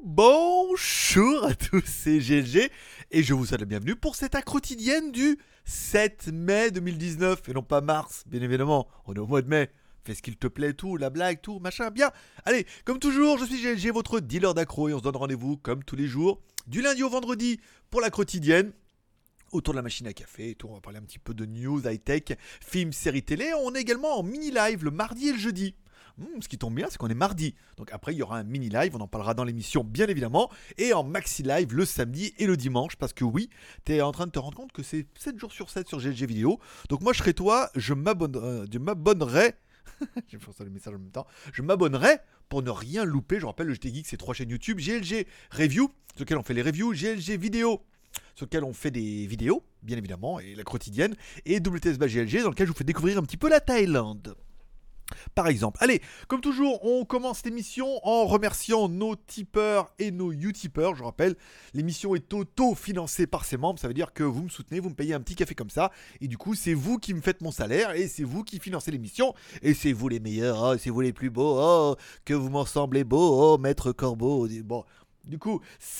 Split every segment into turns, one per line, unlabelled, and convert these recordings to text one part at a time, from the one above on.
Bonjour à tous, c'est GLG et je vous souhaite la bienvenue pour cette quotidienne du 7 mai 2019 et non pas mars, bien évidemment, on est au mois de mai. Fais ce qu'il te plaît, tout, la blague, tout, machin, bien. Allez, comme toujours, je suis GLG, votre dealer d'accro et on se donne rendez-vous comme tous les jours, du lundi au vendredi pour la quotidienne. Autour de la machine à café et tout, on va parler un petit peu de news, high-tech, films, séries télé. On est également en mini-live le mardi et le jeudi. Ce qui tombe bien, c'est qu'on est mardi. Donc après, il y aura un mini-live, on en parlera dans l'émission, bien évidemment. Et en maxi-live le samedi et le dimanche. Parce que oui, tu es en train de te rendre compte que c'est 7 jours sur 7 sur GLG Vidéo. Donc moi, je serai toi, je m'abonnerai. Je vais faire ça le message en même temps. Je m'abonnerai pour ne rien louper. Je rappelle, le JT Geek, c'est 3 chaînes YouTube. GLG Review, sur lesquelles on fait les reviews. GLG Vidéo, sur lequel on fait des vidéos, bien évidemment, et la quotidienne, et WTS GLG, dans lequel je vous fais découvrir un petit peu la Thaïlande. Par exemple. Allez, comme toujours, on commence l'émission en remerciant nos tipeurs et nos utipeurs. Je rappelle, l'émission est auto-financée par ses membres. Ça veut dire que vous me soutenez, vous me payez un petit café comme ça. Et du coup, c'est vous qui me faites mon salaire et c'est vous qui financez l'émission. Et c'est vous les meilleurs, oh, c'est vous les plus beaux, oh, que vous m'en semblez beau, oh, maître Corbeau. Bon. Du coup,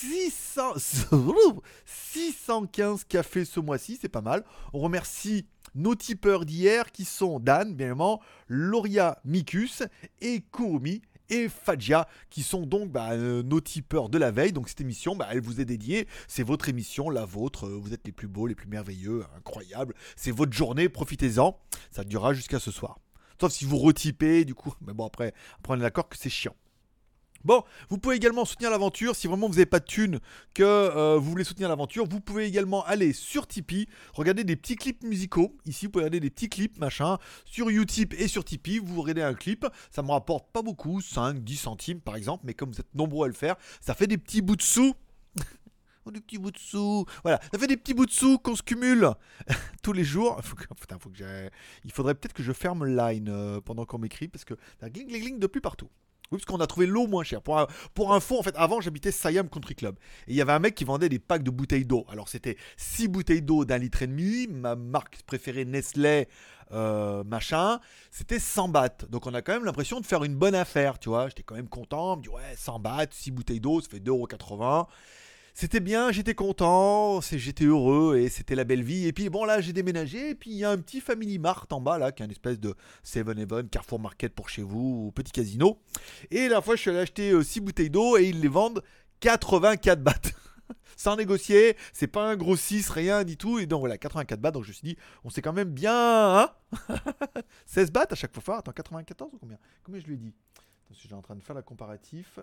615 cafés ce mois-ci, c'est pas mal. On remercie nos tipeurs d'hier qui sont Dan, bien évidemment, Loria Mikus et Kurumi et Fadja qui sont donc nos tipeurs de la veille. Donc cette émission, elle vous est dédiée. C'est votre émission, la vôtre. Vous êtes les plus beaux, les plus merveilleux, incroyables. C'est votre journée, profitez-en. Ça durera jusqu'à ce soir. Sauf si vous retypez, du coup. Mais bon, après on est d'accord que c'est chiant. Bon, vous pouvez également soutenir l'aventure si vraiment vous n'avez pas de thunes, que vous voulez soutenir l'aventure. Vous pouvez également aller sur Tipeee, regarder des petits clips musicaux. Ici, vous pouvez regarder des petits clips, machin, sur Utip et sur Tipeee. Vous regardez un clip, ça me rapporte pas beaucoup, 5, 10 centimes par exemple, mais comme vous êtes nombreux à le faire, ça fait des petits bouts de sous. Des petits bouts de sous. Voilà, ça fait des petits bouts de sous qu'on se cumule tous les jours. Il faudrait peut-être que je ferme Line pendant qu'on m'écrit parce que ça gling gling gling de plus partout. Oui, parce qu'on a trouvé l'eau moins chère. Pour info, en fait, avant, j'habitais Siam Country Club. Et il y avait un mec qui vendait des packs de bouteilles d'eau. Alors, c'était 6 bouteilles d'eau d'1,5 litre. Ma marque préférée, Nestlé, machin. C'était 100 bahts. Donc, on a quand même l'impression de faire une bonne affaire, tu vois. J'étais quand même content. Je me dis, ouais, 100 bahts, 6 bouteilles d'eau, ça fait 2,80 €. C'était bien, j'étais content, j'étais heureux et c'était la belle vie. Et puis bon là j'ai déménagé et puis il y a un petit Family Mart en bas là qui est une espèce de 7-Eleven, Carrefour Market pour chez vous, ou petit casino. Et la fois je suis allé acheter 6 bouteilles d'eau et ils les vendent 84 bahts. Sans négocier, c'est pas un gros 6, rien du tout. Et donc voilà, 84 bahts. Donc je me suis dit, on s'est quand même bien, hein. 16 bahts à chaque fois. Attends, 94 ou combien je lui ai dit? Attends, je suis en train de faire la comparatif.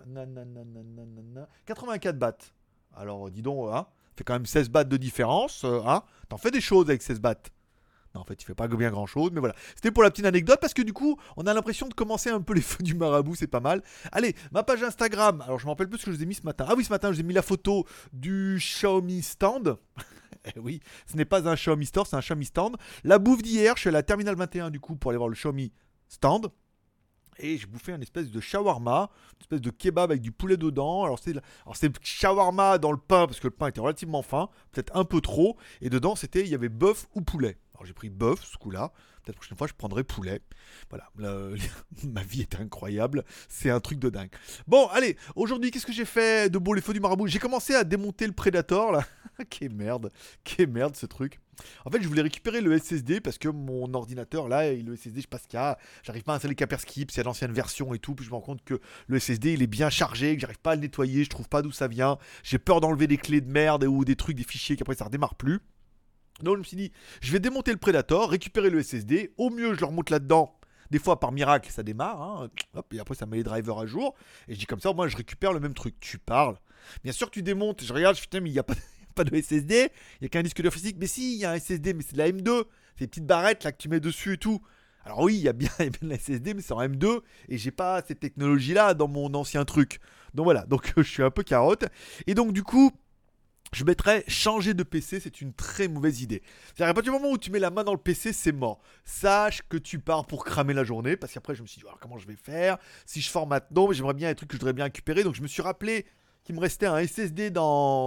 84 bahts. Alors dis donc, hein, fait quand même 16 bahts de différence, hein. T'en fais des choses avec 16 bahts. Non, en fait, il fait pas bien grand chose, mais voilà. C'était pour la petite anecdote parce que du coup, on a l'impression de commencer un peu les feux du marabout, c'est pas mal. Allez, ma page Instagram. Alors, je me rappelle plus ce que je vous ai mis ce matin. Ah oui, ce matin, je vous ai mis la photo du Xiaomi Stand. Eh oui, ce n'est pas un Xiaomi Store, c'est un Xiaomi Stand. La bouffe d'hier, je suis à la Terminal 21 du coup pour aller voir le Xiaomi Stand. Et j'ai bouffé une espèce de shawarma, une espèce de kebab avec du poulet dedans. Alors c'est shawarma dans le pain parce que le pain était relativement fin, peut-être un peu trop. Et dedans il y avait bœuf ou poulet. Alors j'ai pris bœuf ce coup-là. Peut-être la prochaine fois je prendrai poulet. Voilà, ma vie est incroyable. C'est un truc de dingue. Bon, allez, aujourd'hui qu'est-ce que j'ai fait de beau les feux du marabout? J'ai commencé à démonter le Predator là. Quelle merde ce truc. En fait, je voulais récupérer le SSD parce que mon ordinateur là, et le SSD, je sais pas ce qu'il y a. J'arrive pas à installer Kaspersky, c'est l'ancienne version et tout. Puis je me rends compte que le SSD il est bien chargé, que j'arrive pas à le nettoyer, je trouve pas d'où ça vient. J'ai peur d'enlever des clés de merde ou des trucs, des fichiers qu'après ça redémarre plus. Donc je me suis dit, je vais démonter le Predator, récupérer le SSD. Au mieux, je le remonte là-dedans. Des fois, par miracle, ça démarre. Hein. Hop, et après, ça met les drivers à jour. Et je dis comme ça, moi, je récupère le même truc. Tu parles. Bien sûr, tu démontes. Je regarde, je fais, putain, mais il n'y a pas de SSD. Il n'y a qu'un disque dur physique. Mais si, il y a un SSD, mais c'est de la M2. C'est des petites barrettes là que tu mets dessus et tout. Alors oui, il y a bien de la SSD, mais c'est en M2. Et j'ai pas cette technologie-là dans mon ancien truc. Donc voilà, donc je suis un peu carotte. Et donc du coup, je mettrais changer de PC, c'est une très mauvaise idée. C'est-à-dire à partir du moment où tu mets la main dans le PC, c'est mort. Sache que tu pars pour cramer la journée, parce qu'après je me suis dit, alors, comment je vais faire? Si je formate, non, mais j'aimerais bien des trucs que je voudrais bien récupérer. Donc je me suis rappelé qu'il me restait un SSD dans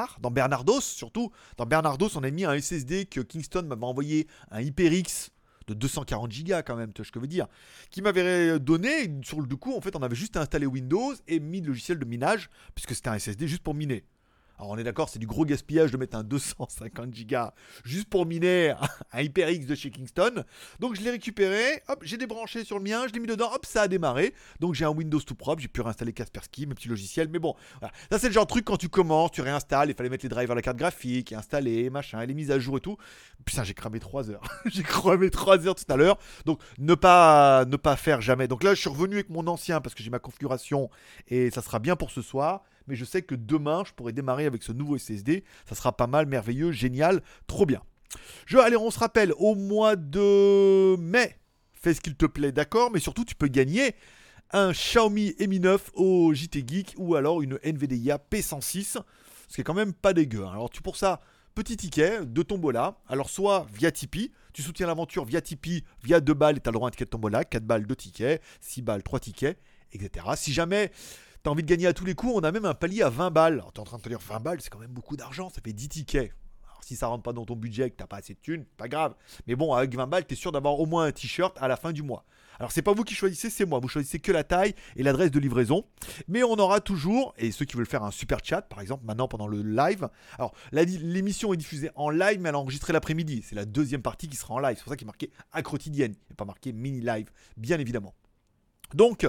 Bernardos surtout. Dans Bernardos, on a mis un SSD que Kingston m'avait envoyé, un HyperX de 240 gigas quand même, tu vois ce que je veux dire, qui m'avait donné, sur le coup, en fait, on avait juste installé Windows et mis le logiciel de minage, puisque c'était un SSD juste pour miner. Alors on est d'accord, c'est du gros gaspillage de mettre un 250 gigas juste pour miner un HyperX de chez Kingston. Donc je l'ai récupéré, hop, j'ai débranché sur le mien, je l'ai mis dedans, hop, ça a démarré. Donc j'ai un Windows tout propre, j'ai pu réinstaller Kaspersky, mes petits logiciels. Mais bon, voilà. Ça c'est le genre de truc quand tu commences, tu réinstalles, il fallait mettre les drivers de la carte graphique, et installer, machin, les mises à jour et tout. Putain, j'ai cramé 3 heures. J'ai cramé 3 heures tout à l'heure. Donc ne pas faire jamais. Donc là je suis revenu avec mon ancien parce que j'ai ma configuration et ça sera bien pour ce soir. Mais je sais que demain, je pourrai démarrer avec ce nouveau SSD. Ça sera pas mal, merveilleux, génial, trop bien. Allez, on se rappelle, au mois de mai, fais ce qu'il te plaît, d'accord, mais surtout, tu peux gagner un Xiaomi Mi 9 au JT Geek ou alors une NVIDIA P106, ce qui est quand même pas dégueu. Alors, pour ça, petit ticket de tombola. Alors, soit via Tipeee, tu soutiens l'aventure via Tipeee, via 2 balles et tu as le droit à un ticket de tombola, 4 balles, 2 tickets, 6 balles, 3 tickets, etc. Si jamais t'as envie de gagner à tous les coups, on a même un palier à 20 balles. Alors, t'es en train de te dire 20 balles, c'est quand même beaucoup d'argent, ça fait 10 tickets. Alors, si ça rentre pas dans ton budget et que t'as pas assez de thunes, pas grave. Mais bon, avec 20 balles, t'es sûr d'avoir au moins un t-shirt à la fin du mois. Alors, c'est pas vous qui choisissez, c'est moi. Vous choisissez que la taille et l'adresse de livraison. Mais on aura toujours, et ceux qui veulent faire un super chat, par exemple, maintenant pendant le live. Alors, l'émission est diffusée en live, mais elle est enregistrée l'après-midi. C'est la deuxième partie qui sera en live. C'est pour ça qu'il est marqué à quotidienne. Il n'est pas marqué mini live, bien évidemment. Donc,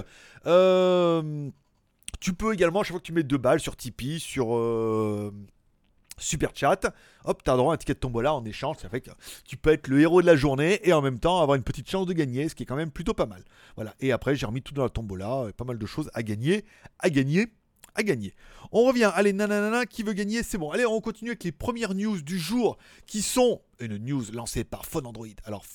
tu peux également, à chaque fois que tu mets 2 balles sur Tipeee, sur Super Chat, hop, tu as droit à un ticket de tombola en échange. Ça fait que tu peux être le héros de la journée et en même temps avoir une petite chance de gagner, ce qui est quand même plutôt pas mal. Voilà. Et après, j'ai remis tout dans la tombola, pas mal de choses à gagner, à gagner. On revient, allez, nanana, qui veut gagner, c'est bon. Allez, on continue avec les premières news du jour qui sont une news lancée par Phone Android. Alors,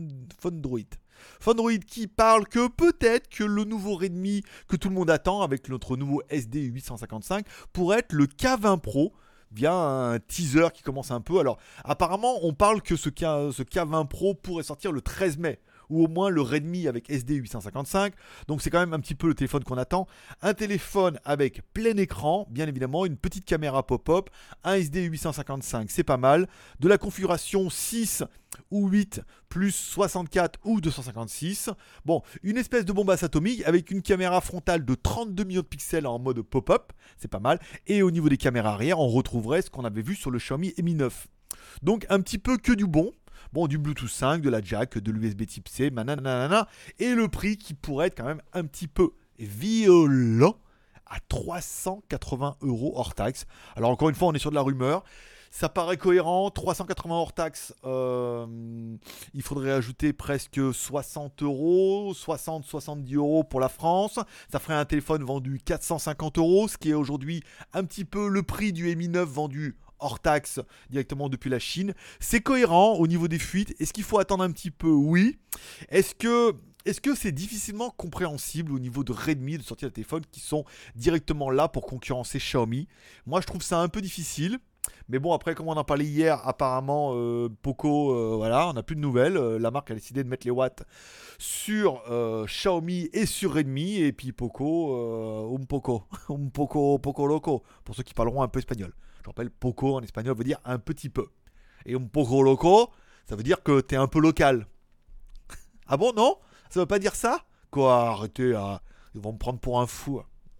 Phonedroid qui parle que peut-être que le nouveau Redmi que tout le monde attend avec notre nouveau SD 855 pourrait être le K20 Pro via un teaser qui commence un peu. Alors, apparemment, on parle que ce K20 Pro pourrait sortir le 13 mai. Ou au moins le Redmi avec SD 855. Donc c'est quand même un petit peu le téléphone qu'on attend. Un téléphone avec plein écran, bien évidemment, une petite caméra pop-up, un SD 855, c'est pas mal. De la configuration 6 ou 8 plus 64 ou 256. Bon, une espèce de bombasse atomique avec une caméra frontale de 32 millions de pixels en mode pop-up, c'est pas mal. Et au niveau des caméras arrière, on retrouverait ce qu'on avait vu sur le Xiaomi Mi 9. Donc un petit peu que du bon. Bon, du Bluetooth 5, de la jack, de l'USB type C, mananana, et le prix qui pourrait être quand même un petit peu violent à 380 € hors taxe. Alors encore une fois, on est sur de la rumeur. Ça paraît cohérent, 380 hors taxe, il faudrait ajouter presque 60 €, 60-70 € pour la France. Ça ferait un téléphone vendu 450 €, ce qui est aujourd'hui un petit peu le prix du Mi 9 vendu hors taxe directement depuis la Chine. C'est cohérent au niveau des fuites. Est-ce qu'il faut attendre un petit peu? Oui. Est-ce que c'est difficilement compréhensible au niveau de Redmi de sortir des téléphones qui sont directement là pour concurrencer Xiaomi? Moi, je trouve ça un peu difficile. Mais bon, après, comme on en parlait hier, apparemment, Poco, voilà, on n'a plus de nouvelles. La marque a décidé de mettre les watts sur Xiaomi et sur Redmi. Et puis Poco, Poco Loco, pour ceux qui parleront un peu espagnol. Je rappelle, Poco en espagnol veut dire un petit peu. Et un poco loco, ça veut dire que t'es un peu local. Ah bon, non? Ça veut pas dire ça? Quoi, arrêtez, ils vont me prendre pour un fou.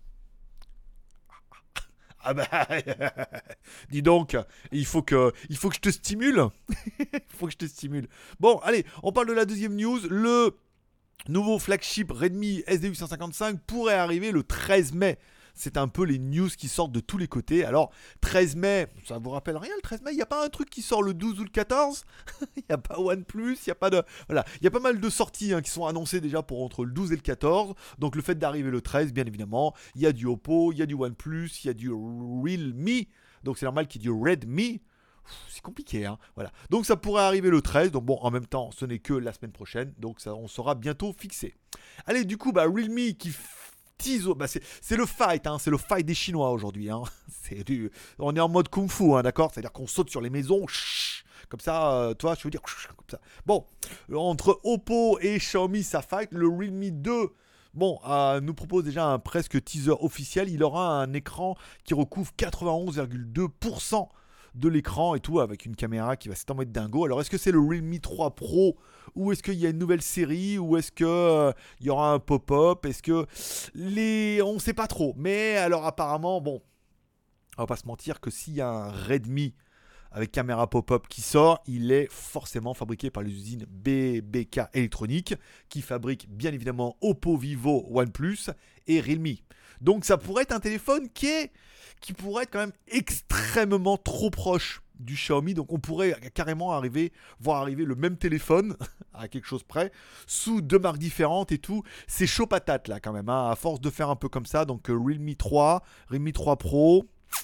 Ah bah, dis donc, il faut que je te stimule. Il faut que je te stimule. Bon, allez, on parle de la deuxième news. Le nouveau flagship Redmi SD 855 pourrait arriver le 13 mai. C'est un peu les news qui sortent de tous les côtés. Alors, 13 mai, ça vous rappelle rien le 13 mai? Il n'y a pas un truc qui sort le 12 ou le 14? Il n'y a pas OnePlus, il n'y a pas de... Voilà, il y a pas mal de sorties qui sont annoncées déjà pour entre le 12 et le 14. Donc, le fait d'arriver le 13, bien évidemment, il y a du Oppo, il y a du OnePlus, il y a du Realme. Donc, c'est normal qu'il y ait du Redmi. C'est compliqué, hein. Voilà. Donc, ça pourrait arriver le 13. Donc, bon, en même temps, ce n'est que la semaine prochaine. Donc, ça, on sera bientôt fixé. Allez, du coup, Realme qui... c'est le fight, c'est le fight des Chinois aujourd'hui. On est en mode kung fu, d'accord? C'est-à-dire qu'on saute sur les maisons, comme ça, toi, je veux dire, comme ça. Bon, entre Oppo et Xiaomi, ça fight. Le Realme 2, bon, nous propose déjà un presque teaser officiel. Il aura un écran qui recouvre 91,2% de l'écran et tout, avec une caméra qui va s'étendre être dingo. Alors est-ce que c'est le Realme 3 Pro, ou est-ce qu'il y a une nouvelle série, ou est-ce que il y aura un pop-up, est-ce que on sait pas trop. Mais alors apparemment, bon, on va pas se mentir que s'il y a un Redmi avec caméra pop-up qui sort, il est forcément fabriqué par les usines BBK Electronics, qui fabrique bien évidemment Oppo, Vivo, OnePlus et Realme. Donc ça pourrait être un téléphone qui pourrait être quand même extrêmement trop proche du Xiaomi. Donc on pourrait carrément voir arriver le même téléphone à quelque chose près, sous deux marques différentes et tout. C'est chaud patate là quand même, hein, à force de faire un peu comme ça. Donc Realme 3, Realme 3 Pro...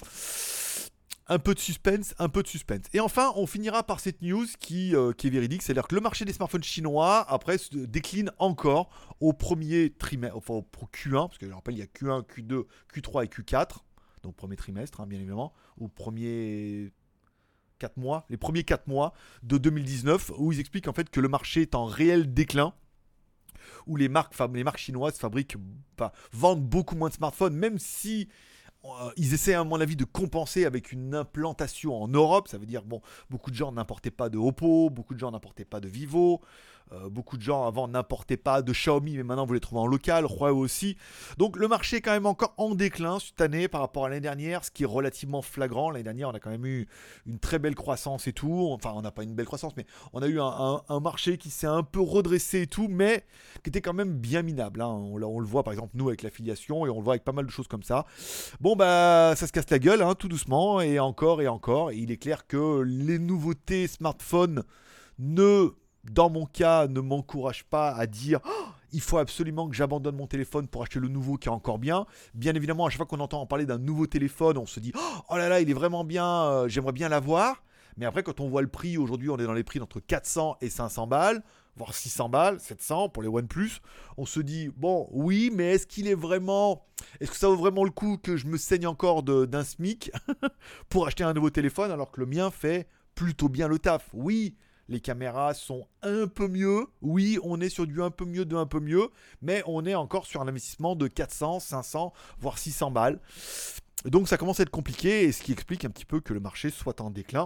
un peu de suspense. Et enfin, on finira par cette news qui est véridique, c'est-à-dire que le marché des smartphones chinois, après, se décline encore au premier trimestre, enfin au Q1, parce que je rappelle, il y a Q1, Q2, Q3 et Q4, donc premier trimestre, hein, bien évidemment, ou les premiers 4 mois de 2019, où ils expliquent en fait que le marché est en réel déclin, où les marques chinoises vendent beaucoup moins de smartphones, même si ils essaient à mon avis de compenser avec une implantation en Europe. Ça veut dire, bon, beaucoup de gens n'importaient pas de Oppo, beaucoup de gens n'importaient pas de Vivo, beaucoup de gens avant n'importaient pas de Xiaomi, mais maintenant vous les trouvez en local, Huawei aussi. Donc le marché est quand même encore en déclin cette année par rapport à l'année dernière, ce qui est relativement flagrant. L'année dernière, on a quand même eu une très belle croissance et tout. Enfin, on n'a pas une belle croissance, mais on a eu un marché qui s'est un peu redressé et tout, mais qui était quand même bien minable, hein. On le voit par exemple nous avec l'affiliation, et on le voit avec pas mal de choses comme ça. Bon bah ça se casse la gueule, hein, tout doucement, et encore et encore. Et il est clair que les nouveautés smartphones dans mon cas, ne m'encouragent pas à dire il faut absolument que j'abandonne mon téléphone pour acheter le nouveau qui est encore bien. Bien évidemment, à chaque fois qu'on entend parler d'un nouveau téléphone, on se dit oh là là, il est vraiment bien, j'aimerais bien l'avoir. Mais après, quand on voit le prix, aujourd'hui, on est dans les prix d'entre 400 et 500 balles, voire 600 balles, 700 pour les OnePlus. On se dit, bon, oui, mais est-ce que ça vaut vraiment le coup que je me saigne encore d'un SMIC pour acheter un nouveau téléphone alors que le mien fait plutôt bien le taf? Oui, les caméras sont un peu mieux. Oui, on est sur du un peu mieux, mais on est encore sur un investissement de 400, 500, voire 600 balles. Donc ça commence à être compliqué, et ce qui explique un petit peu que le marché soit en déclin.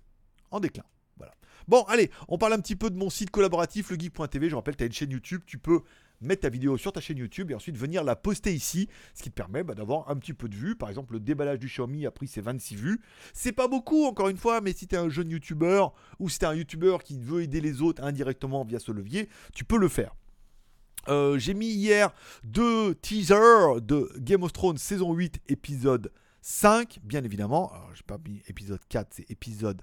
Voilà. Bon, allez, on parle un petit peu de mon site collaboratif, legeek.tv. Je rappelle, tu as une chaîne YouTube, tu peux mettre ta vidéo sur ta chaîne YouTube et ensuite venir la poster ici, ce qui te permet d'avoir un petit peu de vues. Par exemple, le déballage du Xiaomi a pris ses 26 vues. C'est pas beaucoup, encore une fois, mais si tu es un jeune YouTuber ou si tu es un YouTuber qui veut aider les autres indirectement via ce levier, tu peux le faire. J'ai mis hier 2 teasers de Game of Thrones saison 8 épisode 5, bien évidemment. Alors, j'ai pas mis épisode 4, c'est épisode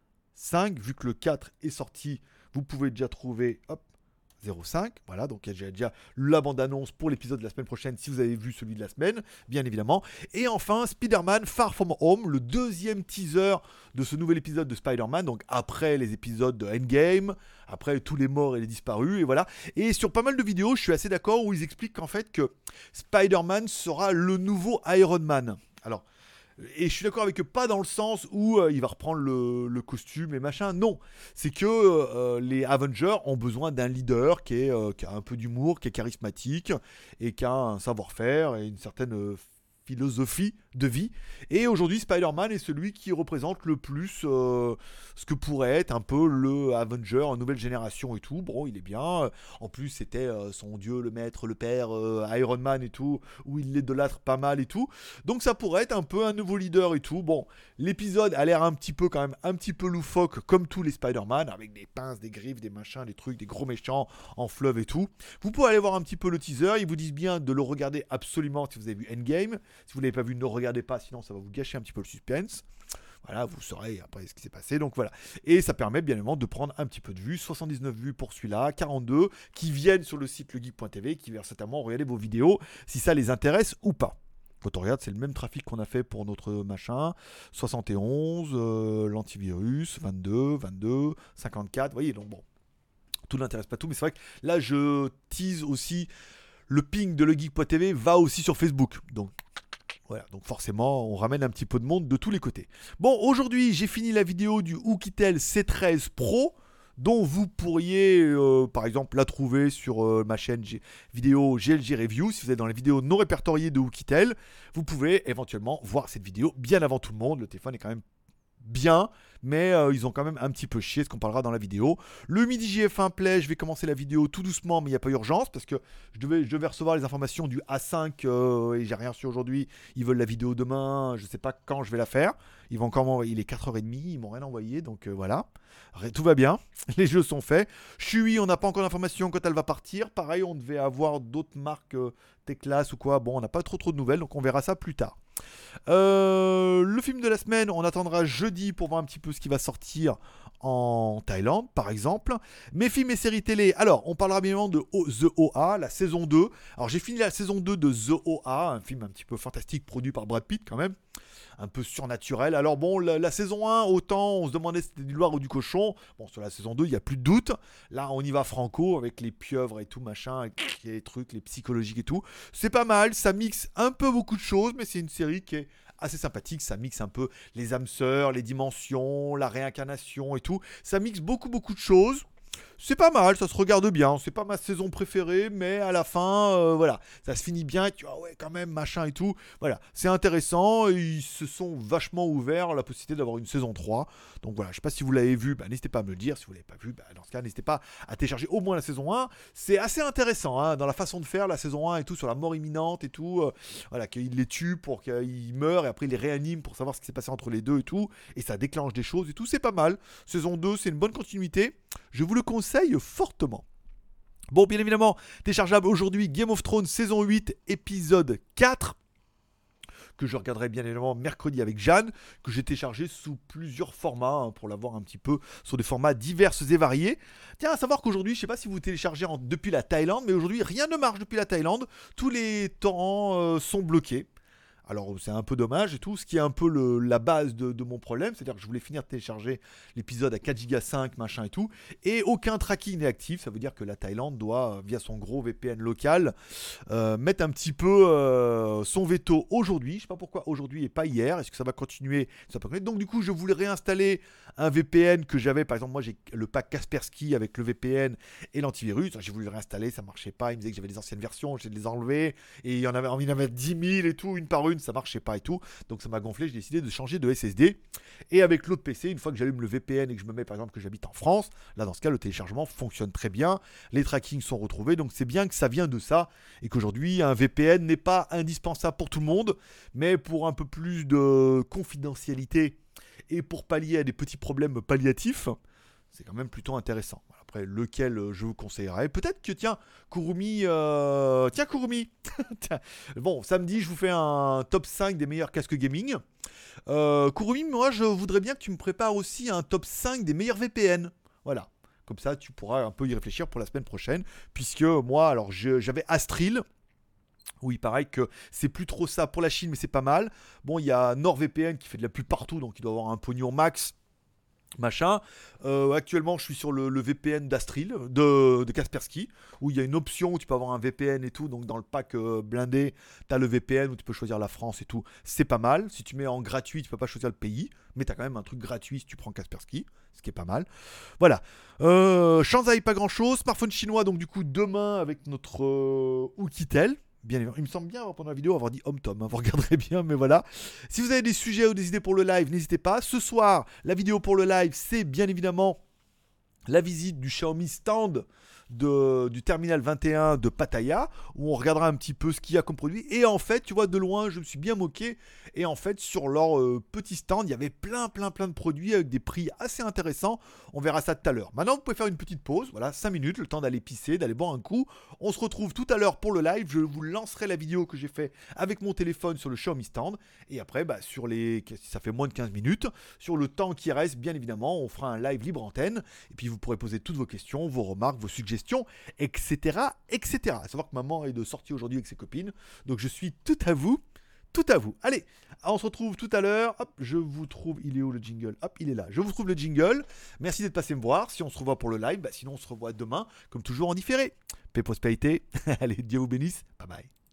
5, vu que le 4 est sorti, vous pouvez déjà trouver 0,5, voilà, donc il y a déjà la bande-annonce pour l'épisode de la semaine prochaine si vous avez vu celui de la semaine, bien évidemment. Et enfin, Spider-Man Far From Home, le deuxième teaser de ce nouvel épisode de Spider-Man, donc après les épisodes de Endgame, après tous les morts et les disparus, et voilà. Et sur pas mal de vidéos, je suis assez d'accord où ils expliquent qu'en fait que Spider-Man sera le nouveau Iron Man. Alors, et je suis d'accord avec eux, pas dans le sens où il va reprendre le costume et machin. Non, c'est que les Avengers ont besoin d'un leader qui a un peu d'humour, qui est charismatique et qui a un savoir-faire et une certaine philosophie de vie. Et aujourd'hui, Spider-Man est celui qui représente le plus ce que pourrait être un peu le Avenger en nouvelle génération et tout. Bon, il est bien. En plus, c'était son dieu, le maître, le père, Iron Man et tout, où il l'idolâtre pas mal et tout. Donc ça pourrait être un peu un nouveau leader et tout. Bon, l'épisode a l'air un petit peu loufoque, comme tous les Spider-Man, avec des pinces, des griffes, des machins, des trucs, des gros méchants en fleuve et tout. Vous pouvez aller voir un petit peu le teaser. Ils vous disent bien de le regarder absolument si vous avez vu Endgame. Si vous ne l'avez pas vu, ne le regardez pas, sinon ça va vous gâcher un petit peu le suspense. Voilà, vous saurez après ce qui s'est passé. Donc voilà. Et ça permet bien évidemment de prendre un petit peu de vues. 79 vues pour celui-là, 42 qui viennent sur le site legeek.tv, qui viennent certainement regarder vos vidéos si ça les intéresse ou pas. Quand on regarde, c'est le même trafic qu'on a fait pour notre machin. 71, l'antivirus, 22, 54. Vous voyez, donc bon, tout n'intéresse pas tout. Mais c'est vrai que là, je tease aussi. Le ping de legeek.tv va aussi sur Facebook. Donc voilà, donc forcément, on ramène un petit peu de monde de tous les côtés. Bon, aujourd'hui, j'ai fini la vidéo du Oukitel C13 Pro, dont vous pourriez, par exemple, la trouver sur ma chaîne vidéo GLG Review. Si vous êtes dans les vidéos non répertoriées de Oukitel, vous pouvez éventuellement voir cette vidéo bien avant tout le monde. Le téléphone est quand même bien, mais ils ont quand même un petit peu chié, ce qu'on parlera dans la vidéo. Le midi JF1 Play, je vais commencer la vidéo tout doucement, mais il n'y a pas urgence, parce que je devais recevoir les informations du A5, et j'ai rien su aujourd'hui. Ils veulent la vidéo demain, je ne sais pas quand je vais la faire. Ils vont encore m'envoyer, il est 4h30, ils m'ont rien envoyé, donc voilà. Tout va bien, les jeux sont faits. Shui, on n'a pas encore d'informations quand elle va partir. Pareil, on devait avoir d'autres marques Teclas ou quoi. Bon, on n'a pas trop de nouvelles, donc on verra ça plus tard. Le film de la semaine, on attendra jeudi pour voir un petit peu ce qui va sortir en Thaïlande, par exemple. Mes films et séries télé, alors on parlera bien évidemment de The OA, la saison 2. Alors j'ai fini la saison 2 de The OA, un film un petit peu fantastique produit par Brad Pitt quand même, un peu surnaturel. Alors bon, la saison 1, autant on se demandait si c'était du Loir ou du cochon. Bon, sur la saison 2, il n'y a plus de doute. Là, on y va franco, avec les pieuvres et tout, machin, avec les trucs, les psychologiques et tout. C'est pas mal, ça mixe un peu beaucoup de choses, mais c'est une série qui est assez sympathique. Ça mixe un peu les âmes sœurs, les dimensions, la réincarnation et tout. Ça mixe beaucoup de choses. C'est pas mal, ça se regarde bien. C'est pas ma saison préférée, mais à la fin, voilà, ça se finit bien. Et tu vois, ouais, quand même, machin et tout. Voilà, c'est intéressant. Ils se sont vachement ouverts à la possibilité d'avoir une saison 3. Donc voilà, je sais pas si vous l'avez vu, n'hésitez pas à me le dire. Si vous l'avez pas vu, dans ce cas, n'hésitez pas à télécharger au moins la saison 1. C'est assez intéressant hein, dans la façon de faire la saison 1 et tout, sur la mort imminente et tout. Voilà, qu'il les tue pour qu'ils meurent et après il les réanime pour savoir ce qui s'est passé entre les deux et tout. Et ça déclenche des choses et tout. C'est pas mal. Saison 2, c'est une bonne continuité. Je vous le conseille fortement. Bon, bien évidemment, téléchargeable aujourd'hui Game of Thrones saison 8, épisode 4, que je regarderai bien évidemment mercredi avec Jeanne, que j'ai téléchargé sous plusieurs formats, pour l'avoir un petit peu sur des formats divers et variés. Tiens, à savoir qu'aujourd'hui, je ne sais pas si vous téléchargez depuis la Thaïlande, mais aujourd'hui, rien ne marche depuis la Thaïlande. Tous les torrents sont bloqués. Alors c'est un peu dommage et tout, ce qui est un peu la base de mon problème, c'est-à-dire que je voulais finir de télécharger l'épisode à 4 Go 5 machin et tout, et aucun tracking n'est actif. Ça veut dire que la Thaïlande doit, via son gros VPN local, mettre un petit peu son veto aujourd'hui. Je sais pas pourquoi aujourd'hui et pas hier, est-ce que ça va continuer, donc du coup je voulais réinstaller un VPN que j'avais, par exemple moi j'ai le pack Kaspersky avec le VPN et l'antivirus, j'ai voulu le réinstaller, ça marchait pas, il me disait que j'avais des anciennes versions, j'ai de les enlever, et il y en avait 10 000 et tout, une par une, ça marchait pas et tout, donc ça m'a gonflé, j'ai décidé de changer de SSD, et avec l'autre PC, une fois que j'allume le VPN et que je me mets par exemple que j'habite en France, là dans ce cas le téléchargement fonctionne très bien, les trackings sont retrouvés, donc c'est bien que ça vient de ça, et qu'aujourd'hui un VPN n'est pas indispensable pour tout le monde, mais pour un peu plus de confidentialité, et pour pallier à des petits problèmes palliatifs, c'est quand même plutôt intéressant. Après, lequel je vous conseillerais. Peut-être que, tiens, Kurumi... Tiens, Kurumi. Bon, samedi, je vous fais un top 5 des meilleurs casques gaming. Kurumi, moi, je voudrais bien que tu me prépares aussi un top 5 des meilleurs VPN. Voilà. Comme ça, tu pourras un peu y réfléchir pour la semaine prochaine. Puisque moi, alors, j'avais Astril. Oui, pareil que c'est plus trop ça pour la Chine, mais c'est pas mal. Bon, il y a NordVPN qui fait de la pub partout, donc il doit avoir un pognon max. Machin. Actuellement, je suis sur le VPN d'Astril, de Kaspersky, où il y a une option où tu peux avoir un VPN et tout. Donc dans le pack blindé, tu as le VPN où tu peux choisir la France et tout. C'est pas mal. Si tu mets en gratuit, tu peux pas choisir le pays, mais tu as quand même un truc gratuit si tu prends Kaspersky, ce qui est pas mal. Voilà. Shanzai, pas grand chose. Smartphone chinois, donc du coup, demain avec notre Oukitel. Bien évidemment. Il me semble bien pendant la vidéo avoir dit HomeTom, hein, vous regarderez bien, mais voilà. Si vous avez des sujets ou des idées pour le live, n'hésitez pas. Ce soir, la vidéo pour le live, c'est bien évidemment la visite du Xiaomi stand du terminal 21 de Pattaya, où on regardera un petit peu ce qu'il y a comme produit. Et en fait, tu vois, de loin, je me suis bien moqué. Et en fait, sur leur petit stand, il y avait plein de produits avec des prix assez intéressants. On verra ça tout à l'heure. Maintenant, vous pouvez faire une petite pause, voilà, 5 minutes, le temps d'aller pisser, d'aller boire un coup. On se retrouve tout à l'heure pour le live. Je vous lancerai la vidéo que j'ai fait avec mon téléphone sur le Xiaomi stand. Et après, sur ça fait moins de 15 minutes, sur le temps qui reste, bien évidemment, on fera un live libre antenne. Et puis, vous pourrez poser toutes vos questions, vos remarques, vos suggestions, etc. À savoir que maman est de sortie aujourd'hui avec ses copines. Donc, je suis tout à vous. Tout à vous. Allez, on se retrouve tout à l'heure. Hop, je vous trouve. Il est où le jingle? Hop, il est là. Je vous trouve le jingle. Merci d'être passé me voir. Si on se revoit pour le live, sinon on se revoit demain, comme toujours en différé. Paix, prospérité. Allez, Dieu vous bénisse. Bye bye.